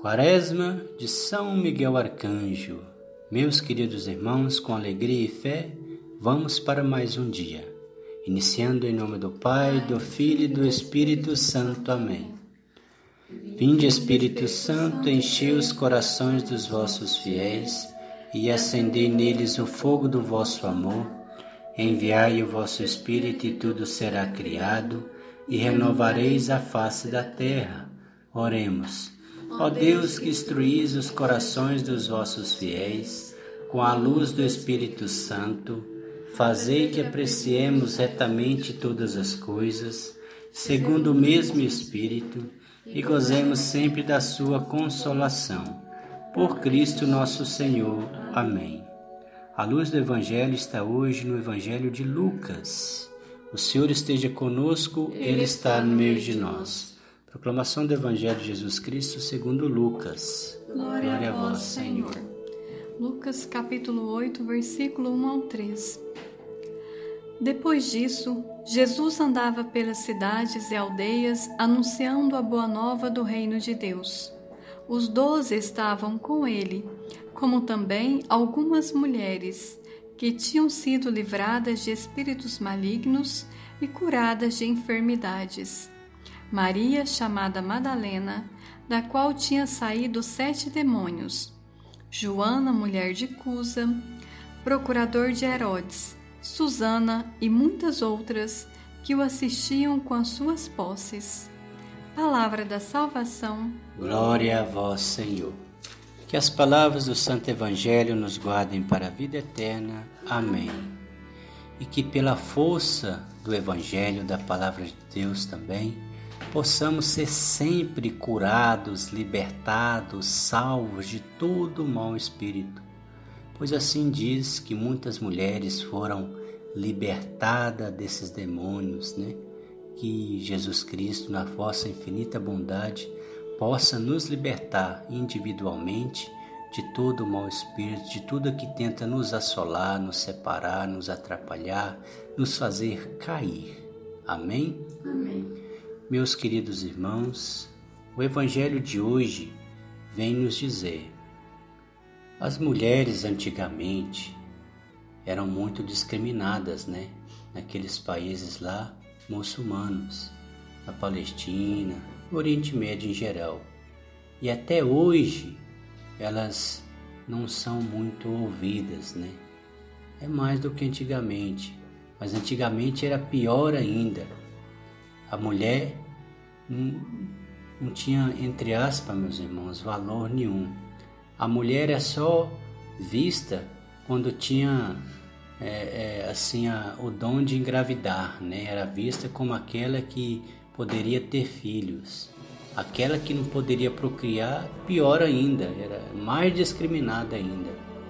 Quaresma de São Miguel Arcanjo. Meus queridos irmãos, com alegria e fé, vamos para mais um dia. Iniciando em nome do Pai, do Filho e do Espírito Santo. Amém. Vinde, Espírito Santo, enchei os corações dos vossos fiéis e acendei neles o fogo do vosso amor. Enviai o vosso Espírito e tudo será criado e renovareis a face da terra. Oremos. Ó Deus, que instruís os corações dos vossos fiéis com a luz do Espírito Santo, fazei que apreciemos retamente todas as coisas, segundo o mesmo Espírito, e gozemos sempre da sua consolação. Por Cristo nosso Senhor. Amém. A luz do Evangelho está hoje no Evangelho de Lucas. O Senhor esteja conosco, Ele está no meio de nós. Proclamação do Evangelho de Jesus Cristo segundo Lucas. Glória a vós, Senhor. Lucas capítulo 8, versículo 1 ao 3. Depois disso, Jesus andava pelas cidades e aldeias, anunciando a boa nova do reino de Deus. Os 12 estavam com ele, como também algumas mulheres, que tinham sido livradas de espíritos malignos e curadas de enfermidades. Maria, chamada Madalena, da qual tinha saído 7 demônios. Joana, mulher de Cusa, procurador de Herodes, Susana e muitas outras que o assistiam com as suas posses. Palavra da salvação. Glória a vós, Senhor. Que as palavras do Santo Evangelho nos guardem para a vida eterna. Amém. E que pela força do Evangelho, da Palavra de Deus também, possamos ser sempre curados, libertados, salvos de todo o mau espírito. Pois assim diz que muitas mulheres foram libertadas desses demônios, Que Jesus Cristo, na vossa infinita bondade, possa nos libertar individualmente de todo o mau espírito, de tudo que tenta nos assolar, nos separar, nos atrapalhar, nos fazer cair. Amém? Amém. Meus queridos irmãos, o Evangelho de hoje vem nos dizer: as mulheres antigamente eram muito discriminadas, naqueles países lá muçulmanos, na Palestina, no Oriente Médio em geral. E até hoje elas não são muito ouvidas, É mais do que antigamente, mas antigamente era pior ainda. A mulher não tinha, entre aspas, meus irmãos, valor nenhum. A mulher é só vista quando tinha o dom de engravidar, Era vista como aquela que poderia ter filhos. Aquela que não poderia procriar, pior ainda, era mais discriminada ainda.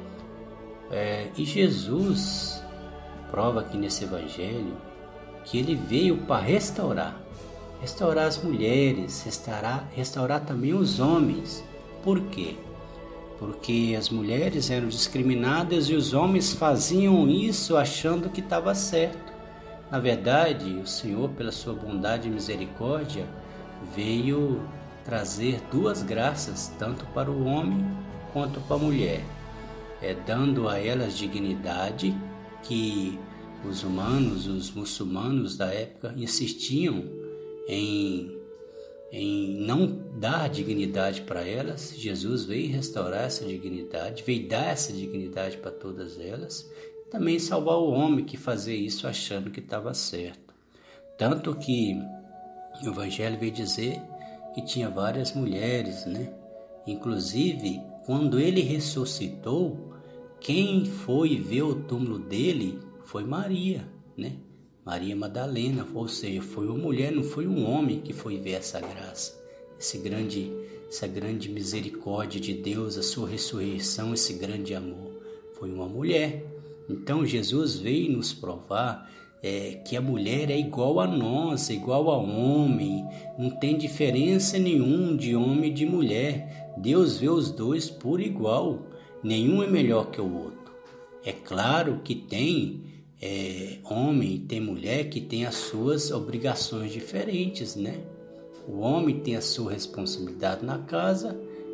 E Jesus prova aqui nesse Evangelho que ele veio para restaurar as mulheres, restaurar também os homens. Por quê? Porque as mulheres eram discriminadas e os homens faziam isso achando que estava certo. Na verdade, o Senhor, pela sua bondade e misericórdia, veio trazer 2 graças, tanto para o homem quanto para a mulher, dando a elas dignidade que os muçulmanos da época insistiam em não dar dignidade para elas. Jesus veio restaurar essa dignidade, veio dar essa dignidade para todas elas, também salvar o homem que fazia isso achando que estava certo. Tanto que o Evangelho veio dizer que tinha várias mulheres, Inclusive, quando ele ressuscitou, quem foi ver o túmulo dele foi Maria, Maria Madalena, ou seja, foi uma mulher, não foi um homem que foi ver essa graça, essa grande misericórdia de Deus, a sua ressurreição, esse grande amor, foi uma mulher. Então Jesus veio nos provar que a mulher é igual a nós, é igual ao homem, não tem diferença nenhuma de homem e de mulher. Deus vê os dois por igual, nenhum é melhor que o outro. É claro que tem homem e tem mulher que tem as suas obrigações diferentes, O homem tem a sua responsabilidade na casa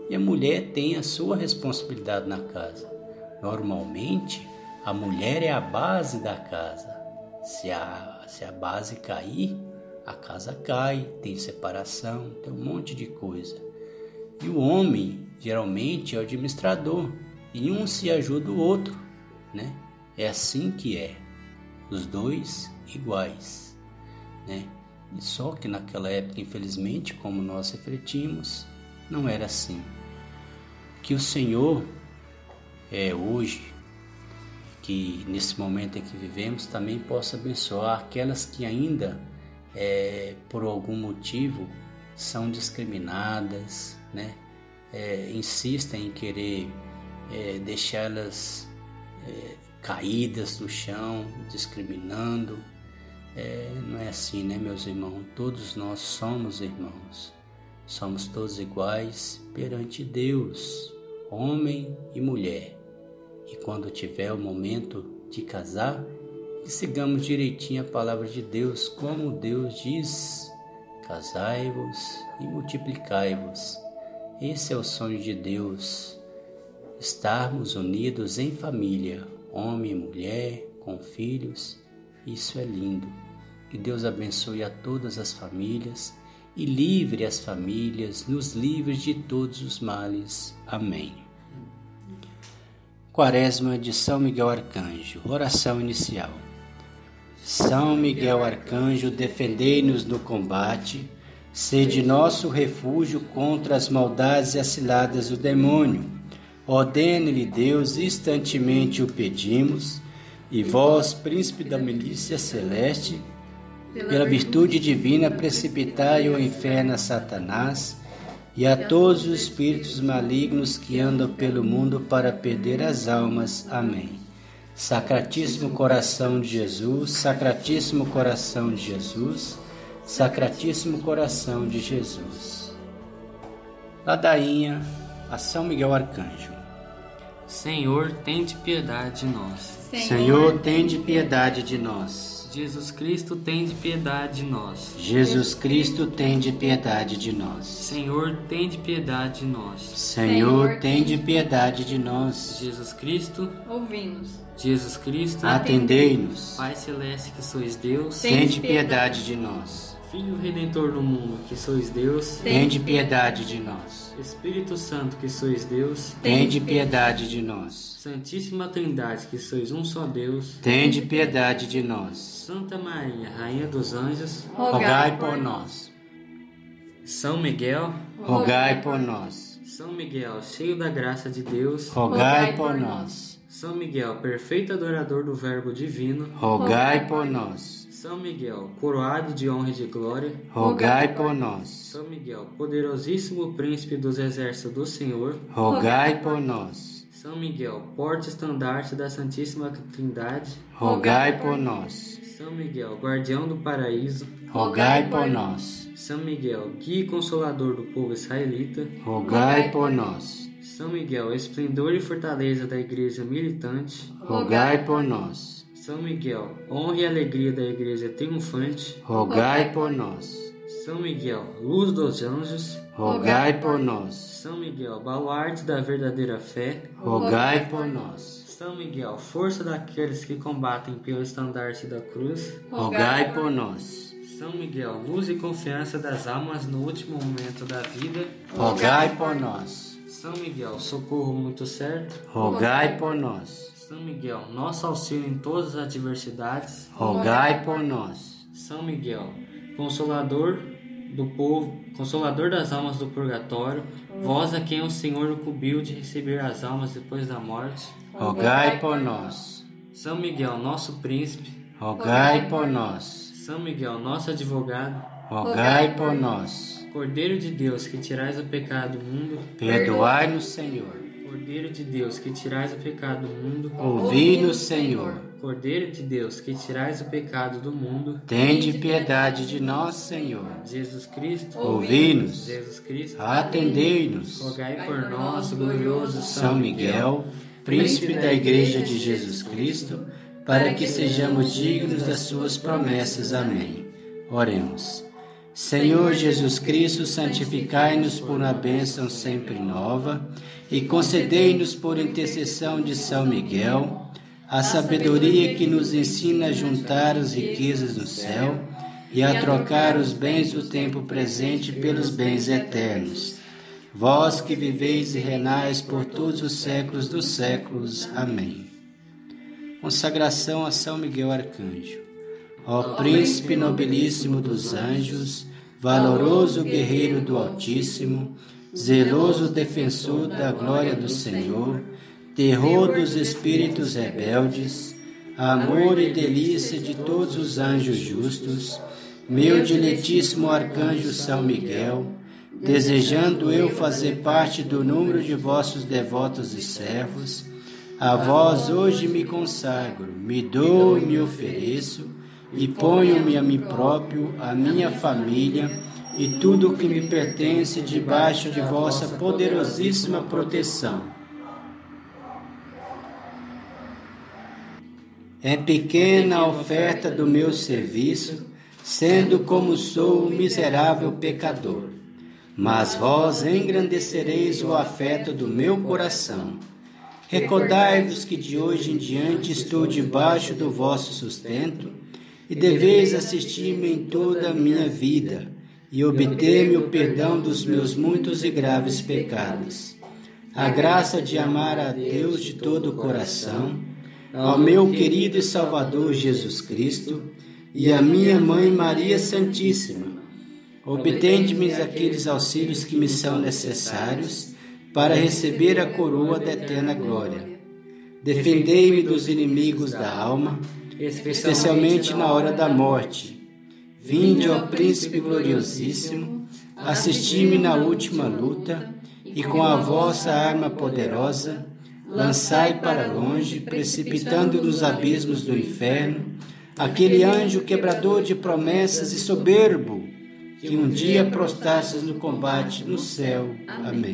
e a mulher tem a sua responsabilidade na casa. Normalmente, a mulher é a base da casa. Se a base cair, a casa cai, tem separação, tem um monte de coisa. E o homem, geralmente, é o administrador, e um se ajuda o outro, né? É assim que é, os dois iguais, né? E só que naquela época, infelizmente, como nós refletimos, não era assim. Que o Senhor hoje, que nesse momento em que vivemos, também possa abençoar aquelas que ainda, por algum motivo, são discriminadas, né? Insistem em querer deixá-las caídas no chão, discriminando. Não é assim, né, meus irmãos? Todos nós somos irmãos, somos todos iguais perante Deus, homem e mulher. E quando tiver o momento de casar, que sigamos direitinho a palavra de Deus, como Deus diz: casai-vos e multiplicai-vos. Esse é o sonho de Deus, estarmos unidos em família, homem e mulher, com filhos. Isso é lindo. Que Deus abençoe a todas as famílias e livre as famílias, nos livre de todos os males. Amém. Quaresma de São Miguel Arcanjo. Oração inicial. São Miguel Arcanjo, defendei-nos no combate, sede nosso refúgio contra as maldades e as ciladas do demônio. Ordene-lhe Deus, instantemente o pedimos, e vós, príncipe da milícia celeste, pela virtude divina, precipitai ao inferno a Satanás e a todos os espíritos malignos que andam pelo mundo para perder as almas. Amém. Sacratíssimo coração de Jesus, Sacratíssimo coração de Jesus, Sacratíssimo coração de Jesus. Ladainha a São Miguel Arcanjo. Senhor, tende piedade de nós. Senhor, tende piedade de nós. Jesus Cristo, tende piedade de nós. Jesus Cristo, tende piedade de nós. Senhor, tende piedade de nós. Senhor, tende piedade de nós. Jesus Cristo, ouvimos. Jesus Cristo, atendei-nos. Pai Celeste, que sois Deus, tende piedade de nós. Filho Redentor do mundo, que sois Deus, tende piedade de nós. Espírito Santo, que sois Deus, tende piedade de nós. Santíssima Trindade, que sois um só Deus, tende piedade de nós. Santa Maria, Rainha dos Anjos, rogai por nós. São Miguel, rogai por nós. São Miguel, cheio da graça de Deus, rogai por nós. São Miguel, perfeito adorador do Verbo divino, rogai por nós. São Miguel, coroado de honra e de glória, rogai por nós. São Miguel, poderosíssimo príncipe dos exércitos do Senhor, rogai por nós. São Miguel, porta-estandarte da Santíssima Trindade, rogai por nós. São Miguel, guardião do paraíso, rogai por nós. São Miguel, guia e consolador do povo israelita, rogai por nós. São Miguel, esplendor e fortaleza da igreja militante, rogai por nós. São Miguel, honra e alegria da igreja triunfante, rogai por nós. São Miguel, luz dos anjos, rogai por nós. São Miguel, baluarte da verdadeira fé, rogai por nós. São Miguel, força daqueles que combatem pelo estandarte da cruz, rogai por nós. São Miguel, luz e confiança das almas no último momento da vida, rogai por nós. São Miguel, socorro muito certo, rogai por nós. São Miguel, nosso auxílio em todas as adversidades, rogai por nós. São Miguel, consolador do povo, consolador das almas do purgatório, vós a quem o Senhor incumbiu de receber as almas depois da morte, rogai por nós. São Miguel, nosso príncipe, rogai por nós. São Miguel, nosso advogado, rogai por nós. Cordeiro de Deus, que tirais o pecado do mundo, perdoai-nos, Senhor. Cordeiro de Deus, que tirais o pecado do mundo, ouvi-nos, Senhor. Cordeiro de Deus, que tirais o pecado do mundo, tende piedade de nós, Senhor. Jesus Cristo, ouvi-nos. Jesus Cristo, atendei-nos. Rogai por nós, glorioso São Miguel, príncipe da Igreja de Jesus Cristo, para que sejamos dignos das suas promessas. Amém. Oremos. Senhor Jesus Cristo, santificai-nos por uma bênção sempre nova e concedei-nos por intercessão de São Miguel a sabedoria que nos ensina a juntar as riquezas do céu e a trocar os bens do tempo presente pelos bens eternos. Vós que viveis e reinais por todos os séculos dos séculos. Amém. Consagração a São Miguel Arcanjo. Ó Príncipe nobilíssimo dos anjos, valoroso guerreiro do Altíssimo, zeloso defensor da glória do Senhor, terror dos espíritos rebeldes, amor e delícia de todos os anjos justos, meu diletíssimo arcanjo São Miguel, desejando eu fazer parte do número de vossos devotos e servos, a vós hoje me consagro, me dou e me ofereço, e ponho-me a mim próprio, a minha família e tudo o que me pertence debaixo de vossa poderosíssima proteção. É pequena a oferta do meu serviço, sendo como sou um miserável pecador, mas vós engrandecereis o afeto do meu coração. Recordai-vos que de hoje em diante estou debaixo do vosso sustento, e deveis assistir-me em toda a minha vida, e obter-me o perdão dos meus muitos e graves pecados. A graça de amar a Deus de todo o coração, ao meu querido e Salvador Jesus Cristo, e à minha Mãe Maria Santíssima. Obtende-me aqueles auxílios que me são necessários para receber a coroa da eterna glória. Defendei-me dos inimigos da alma, especialmente na hora da morte. Vinde, ó Príncipe gloriosíssimo, assisti-me na última luta, e com a vossa arma poderosa, lançai para longe, precipitando nos abismos do inferno, aquele anjo quebrador de promessas e soberbo, que um dia prostastes no combate no céu. Amém.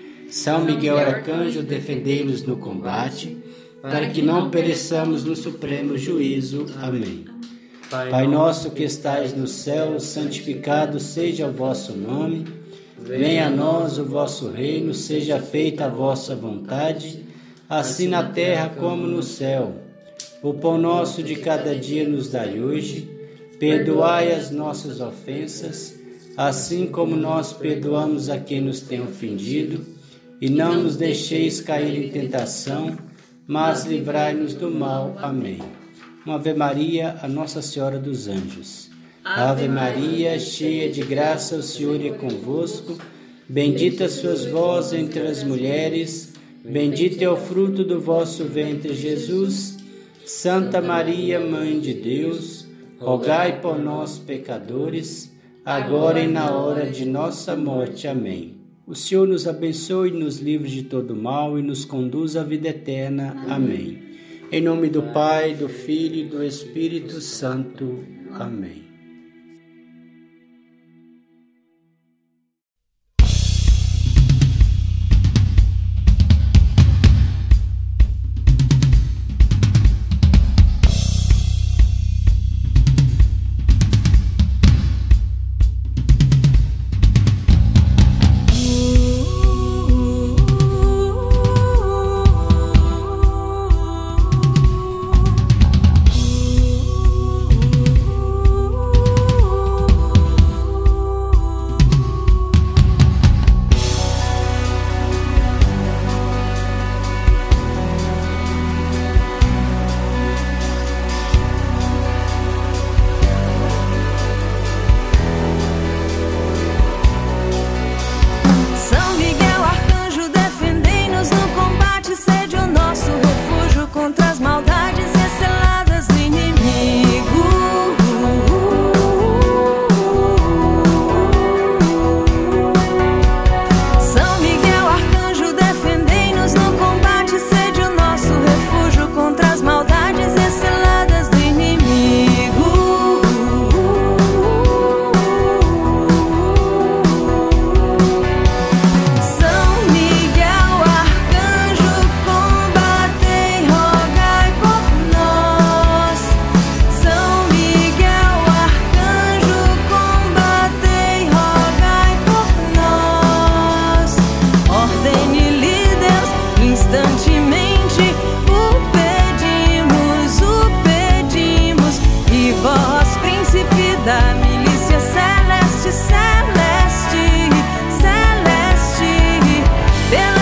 São Miguel Arcanjo, defendei-nos no combate, para que não pereçamos no supremo juízo. Amém. Pai nosso que estais no céu, santificado seja o vosso nome. Venha a nós o vosso reino, seja feita a vossa vontade, assim na terra como no céu. O pão nosso de cada dia nos dai hoje. Perdoai as nossas ofensas, assim como nós perdoamos a quem nos tem ofendido. E não nos deixeis cair em tentação, mas livrai-nos do mal. Amém. Uma Ave Maria, a Nossa Senhora dos Anjos. Ave Maria, cheia de graça, o Senhor é convosco. Bendita sois vós entre as mulheres, bendito é o fruto do vosso ventre, Jesus. Santa Maria, Mãe de Deus, rogai por nós, pecadores, agora e na hora de nossa morte. Amém. O Senhor nos abençoe, nos livre de todo mal e nos conduz à vida eterna. Amém. Em nome do Pai, do Filho e do Espírito Santo. Amém. pelo